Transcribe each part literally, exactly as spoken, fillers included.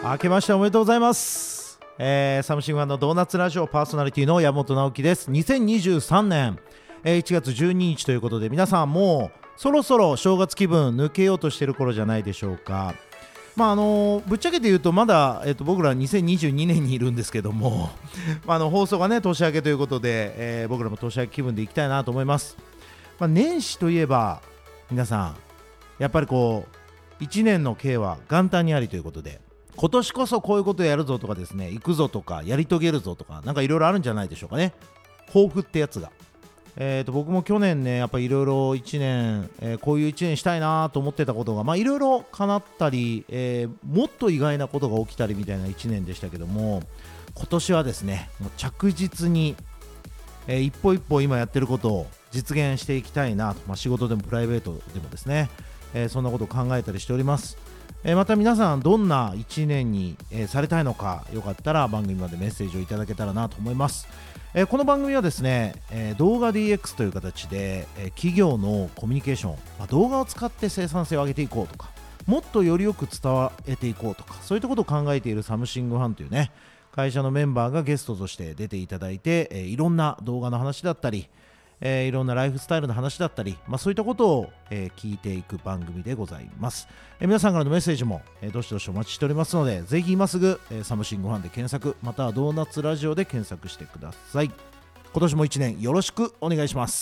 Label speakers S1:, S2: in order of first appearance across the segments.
S1: 明けましておめでとうございます、えー、サムシングファンのドーナツラジオパーソナリティの山本直樹です。にせんにじゅうさんねん、えー、いちがつじゅうににちということで、皆さんもうそろそろ正月気分抜けようとしている頃じゃないでしょうか。まああのー、ぶっちゃけて言うとまだ、えー、と僕らにせんにじゅうにねんにいるんですけどもまああの放送がね年明けということで、えー、僕らも年明け気分でいきたいなと思います。まあ、年始といえば皆さんやっぱりこういちねんの計は元旦にありということで、今年こそこういうことやるぞとかですね、行くぞとかやり遂げるぞとか、なんかいろいろあるんじゃないでしょうかね。抱負ってやつが、えーと僕も去年ねやっぱいろいろいちねん、えーこういういちねんしたいなと思ってたことがまあいろいろ叶ったり、えーもっと意外なことが起きたりみたいないちねんでしたけども、今年はですねもう着実に、えー一歩一歩今やってることを実現していきたいなと、まあ、仕事でもプライベートでもですね、えーそんなことを考えたりしております。えーまた皆さんどんないちねんに、えーされたいのか、よかったら番組までメッセージをいただけたらなと思います。えーこの番組はですね、えー動画 ディーエックス という形で、えー企業のコミュニケーション、まあ、動画を使って生産性を上げていこうとか、もっとよりよく伝えていこうとか、そういったことを考えているサムシングファンというね会社のメンバーがゲストとして出ていただいて、えーいろんな動画の話だったり、えーいろんなライフスタイルの話だったり、まあ、そういったことを、えー聞いていく番組でございます。えー皆さんからのメッセージも、えーどしどしお待ちしておりますので、ぜひ今すぐ、えーサムシングファンで検索、またはドーナツラジオで検索してください。今年もいちねんよろしくお願いします。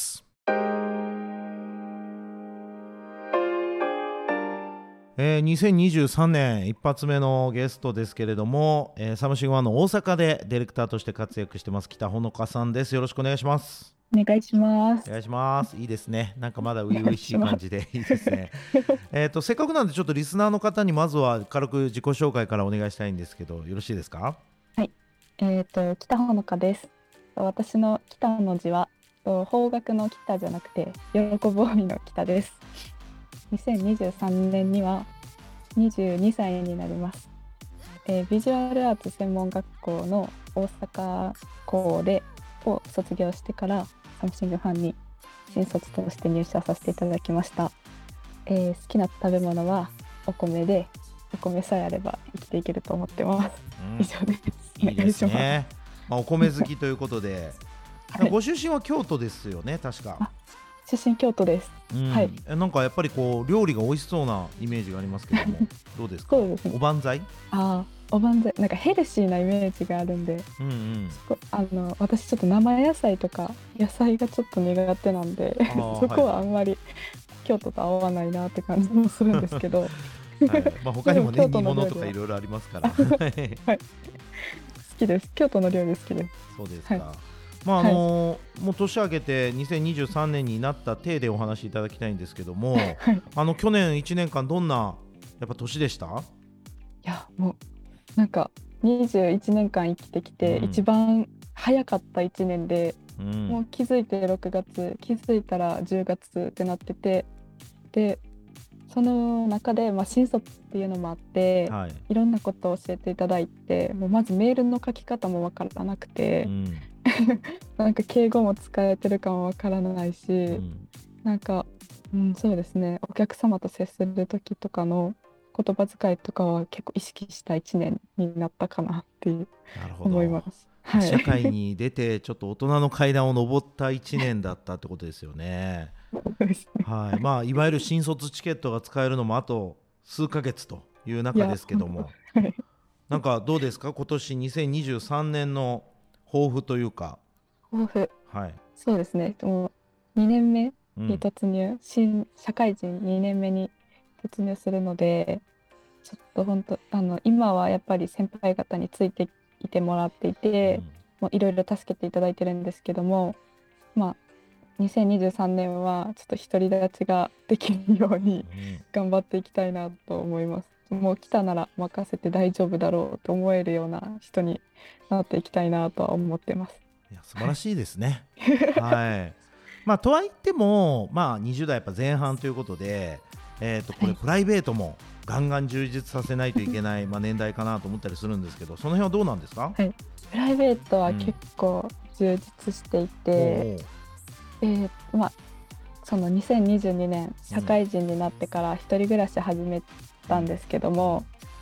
S1: えーにせんにじゅうさんねん一発目のゲストですけれども、えーサムシングファンの大阪でディレクターとして活躍してます北ほのかさんです。よろしくお願いします。
S2: お願いします。
S1: お願いします。いいですね。なんかまだ初々しい感じでいいですね。えっとせっかくなんでちょっとリスナーの方にまずは軽く自己紹介からお願いしたいんですけど、よろしいですか？
S2: はい、えっ、と北ほのかです。私の北の字はと方角の北じゃなくて喜ぶ海の北です。にせんにじゅうさんねんにはにじゅうにさいになります。えービジュアルアーツ専門学校の大阪校でを卒業してからサムシングファンに新卒として入社させていただきました。えー好きな食べ物はお米で、お米さえあれば生きていけると思ってます。以上です。
S1: うん、いいです
S2: お願いし
S1: ね。まあ、お米好きということで、
S2: ます。
S1: ご出身は京都ですよね、確か。
S2: あ、出身京都です。
S1: うん、
S2: はい。
S1: えなんかやっぱりこう料理が美味しそうなイメージがありますけども、どうですか？
S2: そうですね。
S1: おばんざい？
S2: ああ、おばんざい、なんかヘルシーなイメージがあるんで、
S1: うんうん。
S2: こあの私ちょっと生野菜とか野菜がちょっと苦手なんで、
S1: あー
S2: そこは
S1: はい
S2: あんまり京都と合わないなって感じもするんですけど、
S1: はい、まあ、他にもね
S2: でも京都
S1: 煮物
S2: の料理は
S1: とかいろいろありますから
S2: はい、好きです。京都の料理好きです。
S1: そうです
S2: はい。
S1: か。まああ
S2: はい。
S1: のもう年明けてにせんにじゅうさんねんになった体でお話しいただきたいんですけども、
S2: はい。
S1: あの去年いちねんかんどんなやっぱ年でした？
S2: いや、もうなんかにじゅういちねんかん生きてきて、
S1: うん
S2: 一番早かったいちねんで、
S1: う
S2: もうん気づいてろくがつ、気づいたらじゅうがつってなってて、で、その中で、まあ、新卒っていうのもあって、
S1: はい、
S2: いろんなことを教えていただいて、もうまずメールの書き方もわからなく
S1: う
S2: て、
S1: ん
S2: なんか敬語も使えてるかもわからないうし、
S1: ん、
S2: なんか、うん、そうですね、お客様と接する時とかの言葉遣いとかは結構意識したいちねんになったかなっていう
S1: なるほど。
S2: 思います。はい。
S1: 社会に出てちょっと大人の階段を上ったいちねんだったってことですよね。
S2: そうですね。
S1: はい、まあいわゆる新卒チケットが使えるのもあと数ヶ月という
S2: いや、
S1: 中ですけ
S2: 本当、
S1: ども、
S2: はい。
S1: なんかどうですか今年にせんにじゅうさんねんの抱負というか。
S2: 抱負、
S1: はい、
S2: そうですね。もうにねんめに
S1: うん、
S2: 突入、新社会人にねんめに突入するので、ちょっと本当あの今はやっぱり先輩方についていてもらっていて、
S1: うん
S2: もういろいろ助けていただいてるんですけども、まあにせんにじゅうさんねんはちょっと独り立ちができるように
S1: うん
S2: 頑張っていきたいなと思います。もう来たなら任せて大丈夫だろうと思えるような人になっていきたいなとは思ってます。
S1: いや素晴
S2: はい。
S1: らしいですね。はい、まあとはいってもまあにじゅう代やっぱ前半ということで、えー、とこ
S2: はい。
S1: れプライベートもガンガン充実させないといけないまあ年代かなと思ったりするんですけど、その辺はどうなんですか？
S2: はい。プライベートは結
S1: うん、
S2: 構充実してい
S1: お
S2: て、
S1: うおう、
S2: えーまあそのにせんにじゅうにねん
S1: うん
S2: 社会人になってから一人暮らし始め
S1: うん
S2: たんですけども、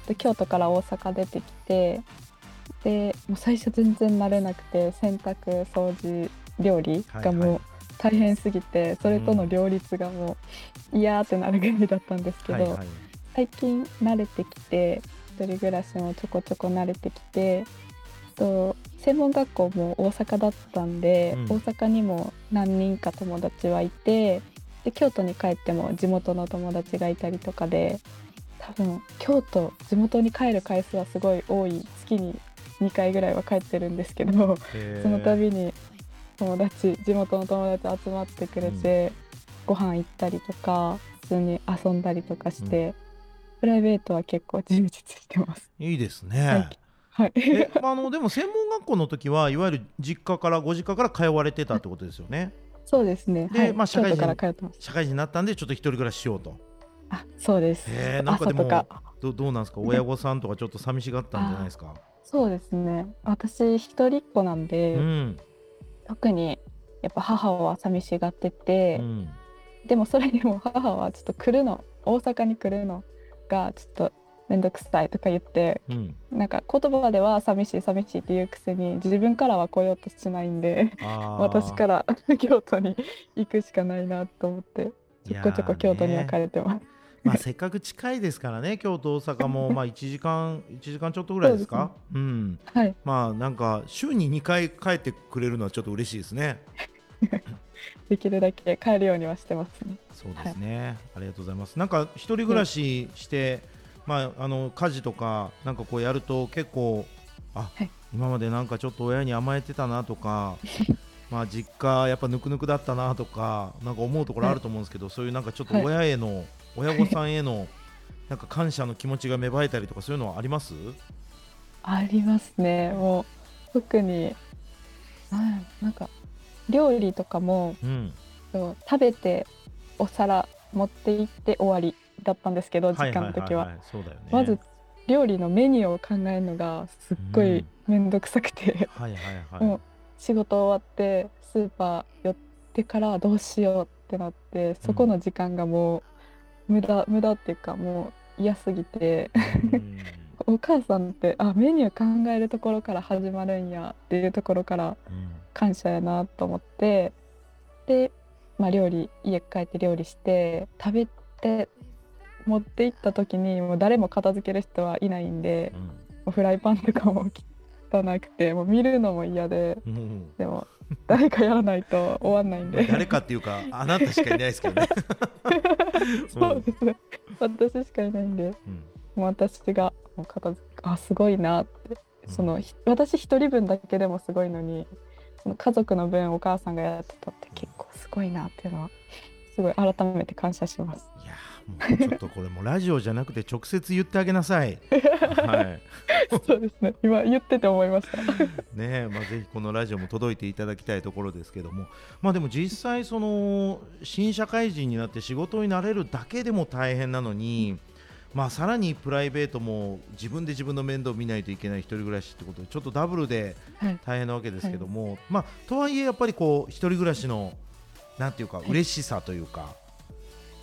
S2: で京都から大阪出てきて、でもう最初全然慣れなくて、洗濯掃除料理がもう大変すぎて、はいはい、それとの両立がもう嫌ってなるぐらいだったんですけど、はいはい、最近慣れてきて、一人暮らしもちょこちょこ慣れてきて、と専門学校も大阪だったんで、うん、大阪にも何人か友達はいて、で京都に帰っても地元の友達がいたりとかで、多分京都地元に帰る回数はすごい多い、月ににかいぐらいは帰ってるんですけど、その度に友達地元の友達集まってくれて、うん、ご飯行ったりとか普通に遊んだりとかして、うん、プライベートは結構充実してます。
S1: いいですね。
S2: はい、
S1: えあのでも専門学校の時はいわゆる実家からご実家から通われてたってことですよね。
S2: そうですね。
S1: で、はい、まあ、社会人
S2: 京都から通ってます。
S1: 社会人になったんでちょっと一人暮らししようと。
S2: あ、そうです。
S1: えー、なんかでもど, どうなんですか、親御さんとかちょっと寂しがったんじゃないですか。
S2: そうですね、私一人っ子なんで、うん、特にやっぱ母は寂しがってて、うん、でもそれでも母はちょっと来るの大阪に来るのがちょっとめんどくさいとか言って、うん、なんか言葉では寂しい寂しいって言うくせに自分からは来ようとしないんで私から京都に行くしかないなと思ってちょこちょこ京都には帰ってます。
S1: まあ、せっかく近いですからね、京都大阪もまあいちじかんいちじかんちょっとぐらいですか。う、ね、うん、はい、まあなんか週ににかい帰ってくれるのはちょっと嬉しいですね。
S2: できるだけ帰るようにはしてますね。
S1: そうですね、はい、ありがとうございます。なんか一人暮らしして、まあ、あの家事とかなんかこうやると結構あ、はい、今までなんかちょっと親に甘えてたなとかまあ実家やっぱぬくぬくだったなとかなんか思うところあると思うんですけど、はい、そういうなんかちょっと親への、はい、親御さんへのなんか感謝の気持ちが芽生えたりとかそういうのはあります？
S2: ありますね。もう特になんか料理とかも、うん、食べてお皿持って行って終わりだったんですけど、実家の時はまず料理のメニューを考えるのがすっごい面倒くさくて、うんはいはいはい、もう仕事終わってスーパー寄ってからどうしようってなって、そこの時間がもう無駄、うん、無駄っていうかもう嫌すぎて、うん、お母さんってあメニュー考えるところから始まるんやっていうところから感謝やなと思って、で、まあ、料理家帰って料理して食べて持って行った時にもう誰も片付ける人はいないんで、うん、もうフライパンとかも汚くてもう見るのも嫌で、うん、でも誰かやらないと終わんないんで
S1: 誰かっていうかあなたしかいないですけどね
S2: そうですね、私しかいないんで、うん、もう私がもう片付けあすごいなって、うん、その私一人分だけでもすごいのにその家族の分お母さんがやってたって結構すごいなっていうのはすごい改めて感謝します。
S1: いやもうちょっとこれもラジオじゃなくて直接言ってあげなさいはい、
S2: そうですね、今言ってて思いました
S1: ね、まあ、ぜひこのラジオも届いていただきたいところですけども、まあ、でも実際その新社会人になって仕事になれるだけでも大変なのに、まあ、さらにプライベートも自分で自分の面倒を見ないといけない一人暮らしってことでちょっとダブルで大変なわけですけども、はいはい、まあ、とはいえやっぱりこう一人暮らしのなんていうか嬉しさというか、はい、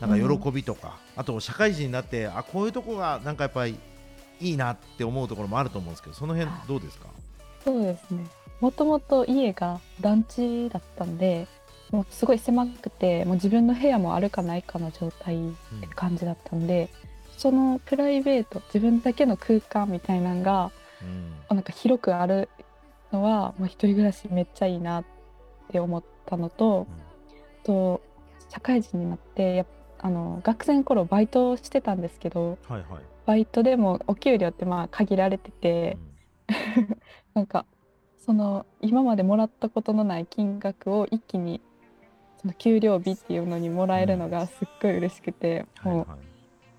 S1: なんか喜びとか、うん、あと社会人になってあこういうとこがなんかやっぱりいいなって思うところもあると思うんですけど、その辺どうですか？
S2: そうですね、もともと家が団地だったんでもうすごい狭くてもう自分の部屋もあるかないかの状態って感じだったんで、うん、そのプライベート自分だけの空間みたいなのが、うん、なんか広くあるのは、まあ、一人暮らしめっちゃいいなって思ったのと、うん、と社会人になってやあの学生の頃バイトしてたんですけど、はいはい、バイトでもお給料ってまあ限られてて、うん、なんかその今までもらったことのない金額を一気にその給料日っていうのにもらえるのがすっごい嬉しくて、うん、もう、はいはい、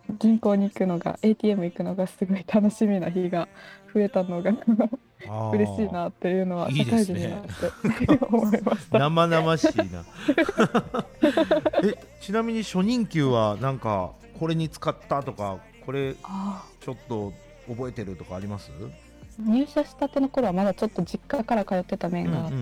S2: 銀行に行くのが エーティーエム 行くのがすごい楽しみな日が増えたのが嬉しいなっていうのは社会人になって思いました。
S1: 生々しいなえちなみに初任給はなんかこれに使ったとかこれちょっと覚えてるとかあります？
S2: 入社したての頃はまだちょっと実家から通ってた面があって、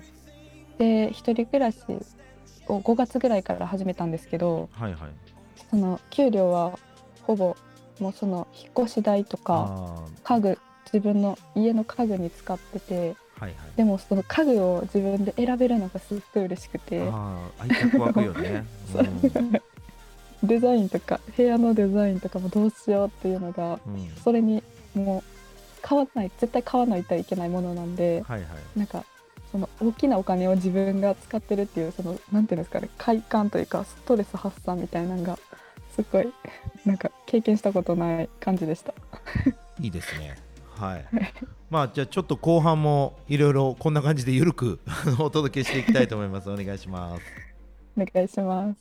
S2: うんうん、で一人暮らしをごがつぐらいから始めたんですけど、はいはい、その給料はほぼもうその引っ越し代とか
S1: あ
S2: 家具、自分の家の家具に使ってて、
S1: ーはいはい。
S2: でもその家具を自分で選べるのがすっごい嬉しくて、
S1: あー愛着湧くよね、うん
S2: デザインとか部屋のデザインとかもどうしようっていうのが、
S1: うん、
S2: それにもう買わない絶対買わないといけないものなんで、
S1: はいはい。
S2: なんかその大きなお金を自分が使ってるっていう、そのなんていうんですかね、快感というかストレス発散みたいなのがすごいなんか経験したことない感じでした。
S1: いいですね。はい。まあじゃあちょっと後半もいろいろこんな感じでゆるくあのお届けしていきたいと思います。お願いします。
S2: お願いします。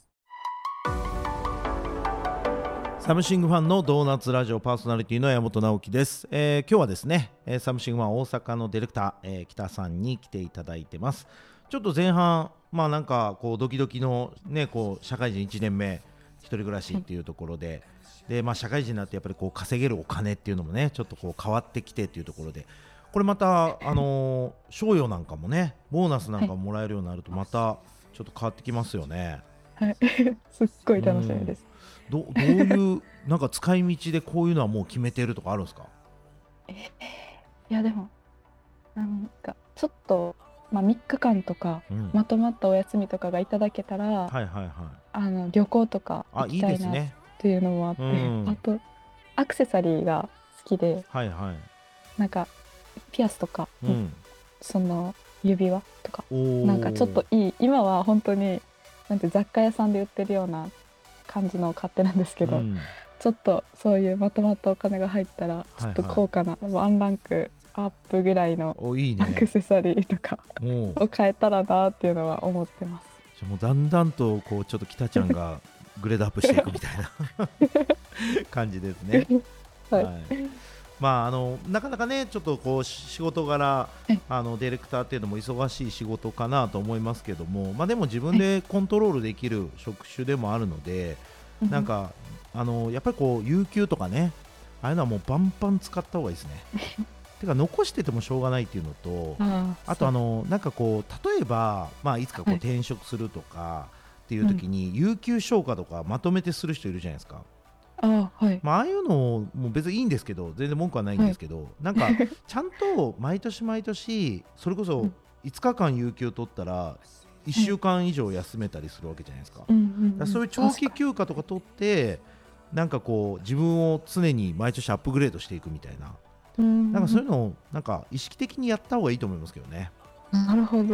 S1: サムシングファンのドーナツラジオパーソナリティの山本直樹です。えー今日はですね、えーサムシングファン大阪のディレクター、えー北さんに来ていただいてます。ちょっと前半まあなんかこうドキドキのね、こう社会人いちねんめ一人暮らしっていうところで、でまあ社会人になってやっぱりこう稼げるお金っていうのもねちょっとこう変わってきてっていうところで、これまたあのー賞与なんかもね、ボーナスなんかももらえるようになるとまたちょっと変わってきますよね。
S2: はい、すっごい楽しみです。
S1: ど, どういうなんか使い道でこういうのはもう決めてるとかあるんですか？
S2: いやでもなんかちょっと、まあ、みっかかんとか
S1: うん、
S2: まとまったお休みとかがいただけたら、
S1: はいはいはい。
S2: あの旅行とか
S1: あ、いい
S2: 行きたいなっ
S1: ですね。
S2: ていうのもあって、
S1: うん
S2: あとアクセサリーが好きで、
S1: はいはい。
S2: なんかピアスとか、
S1: うん。
S2: その指輪とか、
S1: おー
S2: なんかちょっといい、今は本当になんて雑貨屋さんで売ってるような感じのを買ってるんですけど、
S1: うん、
S2: ちょっとそういうまとまったお金が入ったらちょっと高価な、ワンランクアップぐらいの
S1: おいい
S2: アク
S1: ね。
S2: セサリーとか
S1: もう
S2: を買えたらなっていうのは思ってます。
S1: じゃあもうだんだんとこうちょっと北ちゃんがグレードアップしていくみたいな感じですね。
S2: はい、
S1: はい。まああのなかなかねちょっとこう仕事柄あのディレクターっていうのも忙しい仕事かなと思いますけども、まあでも自分でコントロールできる職種でもあるので、なんかあのやっぱりこう有給とかね、ああいうのはもうバンバン使った方がいいですね。てか残しててもしょうがないっていうのと、
S2: あ
S1: あとあのなんかこう例えばまあいつかこう
S2: はい
S1: 転職するとかっていう時に有給消化とかまとめてする人いるじゃないですか。
S2: ああはい
S1: まあ、ああいうのも別にいいんですけど全然文句はないんですけど、なんかちゃんと毎年毎年それこそいつかかん有給取ったらいっしゅうかん以上休めたりするわけじゃないですか。
S2: うんうんうん、
S1: だからそういう長期休暇とか取ってなんかこう自分を常に毎年アップグレードしていくみたいな、
S2: うん
S1: なんかそういうのをなんか意識的にやった方がいいと思いますけどね。
S2: なるほど、
S1: うん、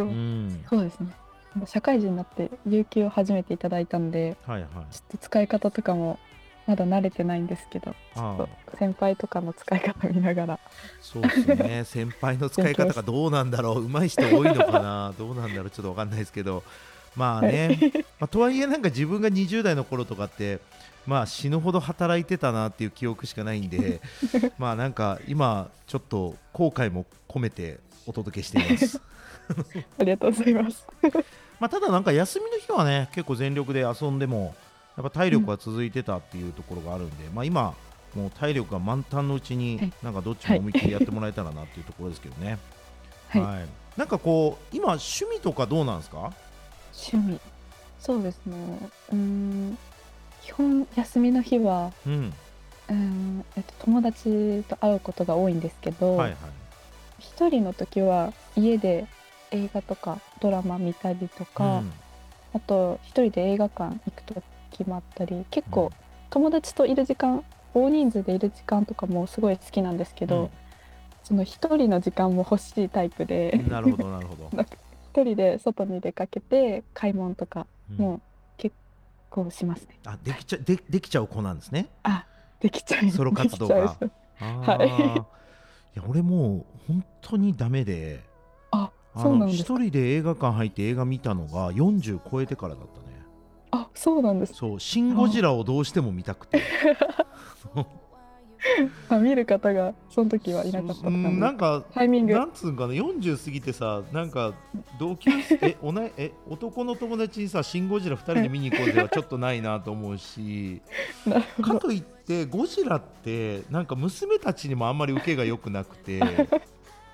S2: そうですね。社会人になって有給を初めていただいたんで、
S1: はいはい。
S2: ちょっと使い方とかもまだ慣れてないんですけど、ちょ
S1: あ
S2: っと先輩とかの使い方見ながら。
S1: そうですね。先輩の使い方がどうなんだろう、上手い人多いのかな、どうなんだろう、ちょっと分かんないですけど、まあね、まあ、とはいえなんか自分がにじゅう代の頃とかってまあ死ぬほど働いてたなっていう記憶しかないんでまあなんか今ちょっと後悔も込めてお届けしています
S2: ありがとうございます。
S1: まあただなんか休みの日はね結構全力で遊んでもやっぱ体力は続いてたっていうところがあるんで、うん、まあ今もう体力が満タンのうちになんかどっちも思いっきりやってもらえたらなっていうところですけどね。はい、はい、なんかこう今趣味とかどうなんですか？
S2: 趣味、そうですね、うーん基本休みの日は、
S1: うん、
S2: うーん、えっと、友達と会うことが多いんですけど、
S1: はいはい、
S2: 一人の時は家で映画とかドラマ見たりとか、うん、あと一人で映画館行くと決まったり、結構友達といる時間、大人数でいる時間とかもすごい好きなんですけど、うん、その一人の時間も欲しいタイプで
S1: なるほどなるほど
S2: 一人で外に出かけて買い物とかも結構しますね。
S1: うん、あできちゃ で, できちゃう子なんですね。
S2: あできちゃい
S1: ソロ活動があ、はい、いや俺もう本当にダメで、
S2: あそうなんですか。
S1: 一人で映画館入って映画見たのがよんじゅう超えてからだったね。
S2: あそうなんです。
S1: そうシン・ゴジラをどうしても見たくて
S2: あ見る方がその時はいなかったのかな。
S1: なんか
S2: タイミング
S1: なんつうんかな、よんじゅう過ぎてさ、なんか同級生えおなえ男の友達にさシン・ゴジラふたりで見に行こうぜはちょっとないなと思うしかといってゴジラってなんか娘たちにもあんまり受けが良くなくて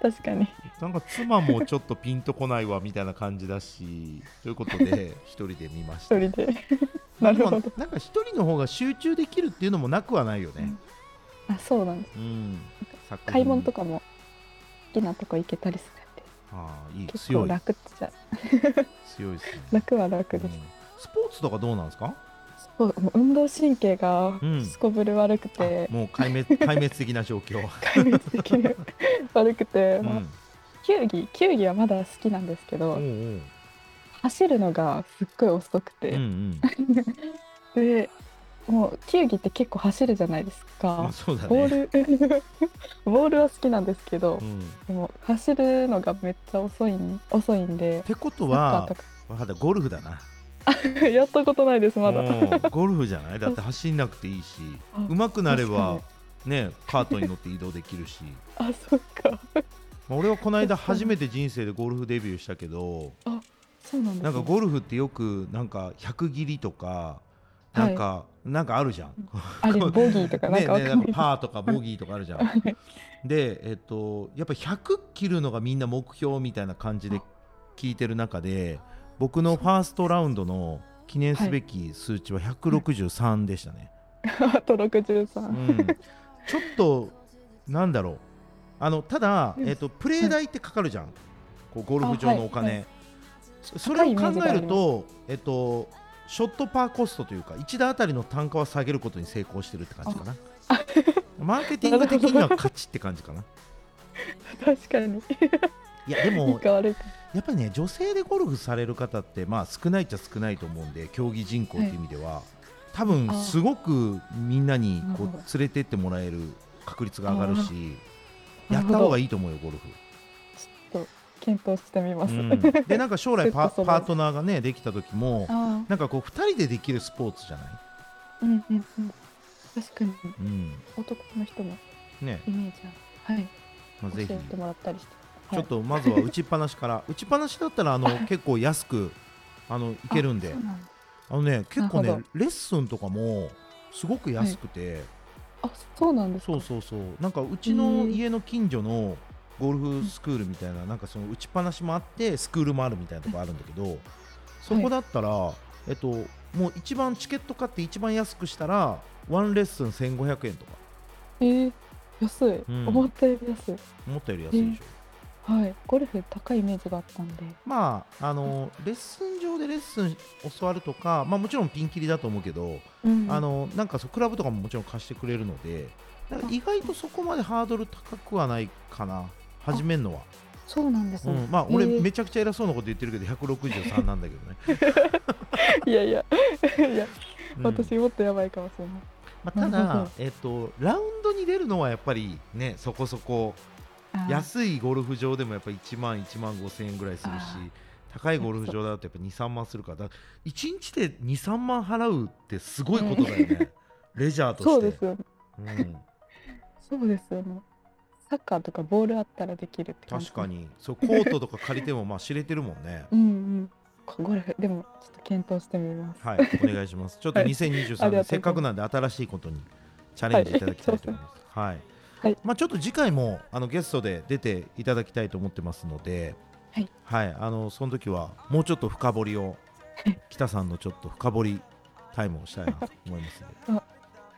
S2: 確かに。
S1: なんか妻もちょっとピンとこないわみたいな感じだしということで一人で見ました。
S2: 一人で
S1: まあで
S2: なるほど。
S1: もなんか一人の方が集中できるっていうのもなくはないよね。
S2: あ、そうなんです。
S1: うん、作品
S2: 買い物とかも好きなとこ行けたりするんで、
S1: ああいい、
S2: 結構
S1: 強い
S2: 楽っちゃ
S1: 強いですね。
S2: 楽は楽です。
S1: うん、スポーツとかどうなんですか？
S2: そうもう運動神経が
S1: うん
S2: すこぶる悪く
S1: あ
S2: て、
S1: もう壊滅壊滅的な状況。
S2: 壊滅的に悪くて、まあ
S1: うん
S2: 球技球技はまだ好きなんですけ
S1: おう
S2: ど、
S1: おう
S2: 走るのがすっごい遅く
S1: うんう
S2: て、
S1: ん
S2: でもう球技って結構走るじゃないです
S1: まあ
S2: か。
S1: そうだね。
S2: ボールボールは好きなんですけど、
S1: うん、っ
S2: でも走るのがめっちゃ遅いん遅いんで、
S1: てこと
S2: サッカー
S1: は
S2: とか
S1: わかった、ゴルフだな。
S2: やったことないですまだ。
S1: うんゴルフじゃない？だって走んなくていいし、
S2: あ
S1: 上手くなれば
S2: 確
S1: ねカートに乗って移動できるし
S2: あ、そっか。
S1: まあ俺はこの間
S2: 確かに
S1: 初めて人生でゴルフデビューしたけど、
S2: そうなんです、ね。
S1: なんかゴルフってよくなんかひゃく切りとかなんか、なんかあるじゃん。
S2: あれボギーとかなん
S1: ねね、
S2: かわかんない。
S1: なんかパーとかボギーとかあるじゃん。で、えっと、やっぱひゃく切るのがみんな目標みたいな感じで聞いてる中で、僕のファーストラウンドの記念すべき数値はひゃくろくじゅうさんでしたね。
S2: あとろくじゅうさん。
S1: うん、ちょっとなんだろう、あのただ、えっと、プレー代ってかかるじゃん、こうゴルフ場のお金、
S2: はいはい、
S1: それを考えると、えっと、ショットパーコストというかいち打あたりの単価は下げることに成功してるって感じかな。マーケティング的には勝ちって感じかな。
S2: 確かに。
S1: いやでも
S2: いいか悪いか。
S1: やっぱりね、女性でゴルフされる方ってまあ少ないっちゃ少ないと思うんで、競技人口っていう意味では、はい、多分すごくみんなにこう連れてってもらえる確率が上がるし、やった方がいいと思うよゴルフ。
S2: ちょっと検討してみます。うん、
S1: でなんか将来パ, パートナーがねできた時もなんかこうふたりでできるスポーツじゃない？
S2: うんうんうん。確かに。
S1: うん、
S2: 男の人も
S1: ね
S2: イメージある。はい。
S1: まあ、ぜひ
S2: 教えてもらったりして。
S1: ちょっとまずは打ちっぱなしから打ちっぱなしだったらあの結構安くあのいけるんで、あのね結構ねレッスンとかもすごく安くて、
S2: はい、あ、そうなんですか。
S1: そうそうそう、なんかうちの家の近所のゴルフスクールみたいな、なんかその打ちっぱなしもあってスクールもあるみたいなとこあるんだけど、そこだったら、はい、えっともう一番チケット買って一番安くしたらワンレッスンせんごひゃくえんとか。
S2: えー、安い、うん、思ったより安い。
S1: 思ったより安いでしょ。
S2: えー、はい、ゴルフ高いイメージがあったんで、
S1: まああのレッスン上でレッスン教わるとか、まあ、もちろんピンキリだと思うけど、うん、あのなんかそうクラブとかももちろん貸してくれるので、意外とそこまでハードル高くはないかな、始めるのは。
S2: そうなんですね、
S1: うん、まあ俺めちゃくちゃ偉そうなこと言ってるけどひゃくろくじゅうさんなんだけどね。
S2: いやいやいや、うん、私もっとやばいかもしれない。
S1: まあ、ただ、えっと、ラウンドに出るのはやっぱりねそこそこ安いゴルフ場でもやっぱりいちまんいちまんごせんえんぐらいするし、高いゴルフ場だとやっぱにさんまんするから、だいちにちでにさんまん払うってすごいことだよね、うん、レジャーとして。
S2: そうですよね、
S1: うん、そう
S2: ですよね。サッカーとかボールあったらできるって感じ。
S1: 確かにそう、コートとか借りてもまあ知れてるもんね。
S2: うんうん、ゴルフでもちょっと検討してみます。
S1: はい、お願いします。ちょっとにせんにじゅうさんねん、はい、せっかくなんで新しいことにチャレンジいただきたいと思います。はい、はいはい、まあ、ちょっと次回もあのゲストで出ていただきたいと思ってますので、はいはい、あのその時はもうちょっと深掘りを北さんのちょっと深掘りタイムをしたいなと思いますので、
S2: はい、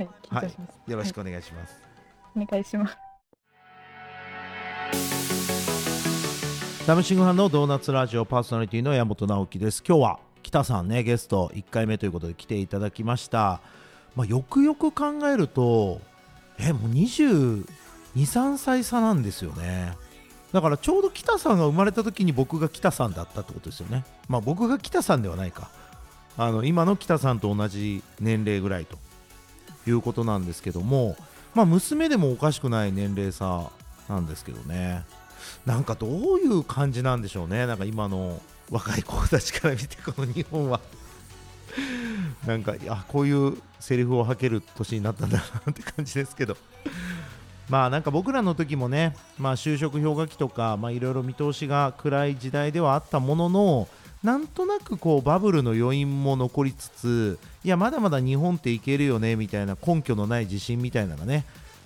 S2: 緊張します、
S1: はい、よろしくお願いします。
S2: はい、お願いします。
S1: ダムシングファンのドーナツラジオパーソナリティの山本直樹です。今日は北さんねゲストいっかいめということで来ていただきました。まあ、よくよく考えるとえもうにじゅうに、さんさい差なんですよね。だからちょうど北さんが生まれた時に僕が北さんだったってことですよね。まあ僕が北さんではないか、あの今の北さんと同じ年齢ぐらいということなんですけども、まあ娘でもおかしくない年齢差なんですけどね。なんかどういう感じなんでしょうね。なんか今の若い子たちから見てこの日本はなんかあこういうセリフを吐ける年になったんだなって感じですけどまあなんか僕らの時もね、まあ、就職氷河期とかいろいろ見通しが暗い時代ではあったものの、なんとなくこうバブルの余韻も残りつつ、いやまだまだ日本っていけるよねみたいな根拠のない自信みたいなのがね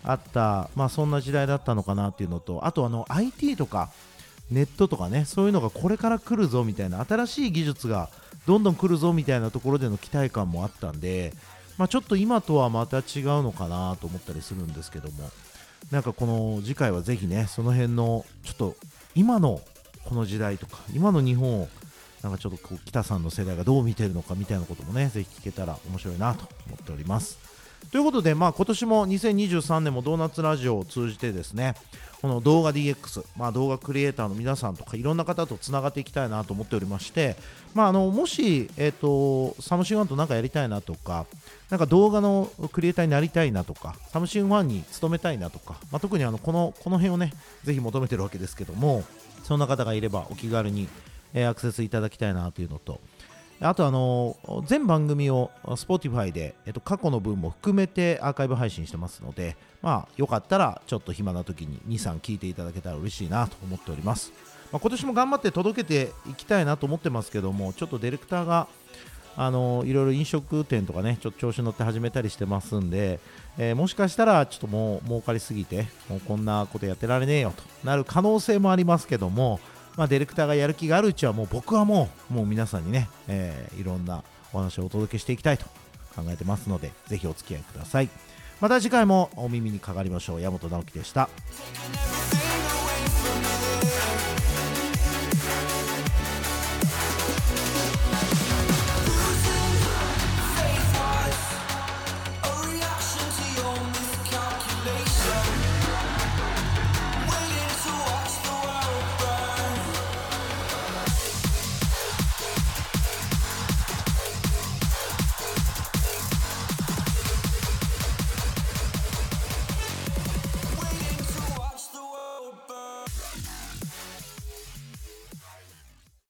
S1: あった、まあ、そんな時代だったのかなっていうのと、あとあの アイティー とかネットとかね、そういうのがこれから来るぞみたいな、新しい技術がどんどん来るぞみたいなところでの期待感もあったんで、まあ、ちょっと今とはまた違うのかなと思ったりするんですけども、なんかこの次回はぜひね、その辺のちょっと今のこの時代とか今の日本をなんかちょっとこう北さんの世代がどう見てるのかみたいなこともね、ぜひ聞けたら面白いなと思っております。ということで、まあ、今年もにせんにじゅうさんねんもドーナツラジオを通じてですね、この動画 ディーエックス、まあ、動画クリエイターの皆さんとかいろんな方とつながっていきたいなと思っておりまして、まあ、あのもし、えーと、サムシンワンと何かやりたいなとか、なんか動画のクリエイターになりたいなとか、サムシンワンに勤めたいなとか、まあ、特にあのこの、この辺をねぜひ求めてるわけですけども、そんな方がいればお気軽に、えーアクセスいただきたいなというのと、あとあの全番組を Spotify で、えっと、過去の分も含めてアーカイブ配信してますので、まあ、よかったらちょっと暇な時にに、さん聞いていただけたら嬉しいなと思っております。まあ、今年も頑張って届けていきたいなと思ってますけども、ちょっとディレクターがあのいろいろ飲食店とかね、ちょっと調子乗って始めたりしてますんで、えー、もしかしたらちょっともう儲かりすぎてもうこんなことやってられねえよとなる可能性もありますけども、まあ、ディレクターがやる気があるうちはもう僕はもう、もう皆さんにね、えー、いろんなお話をお届けしていきたいと考えてますので、ぜひお付き合いください。また次回もお耳にかかりましょう。山本直樹でした。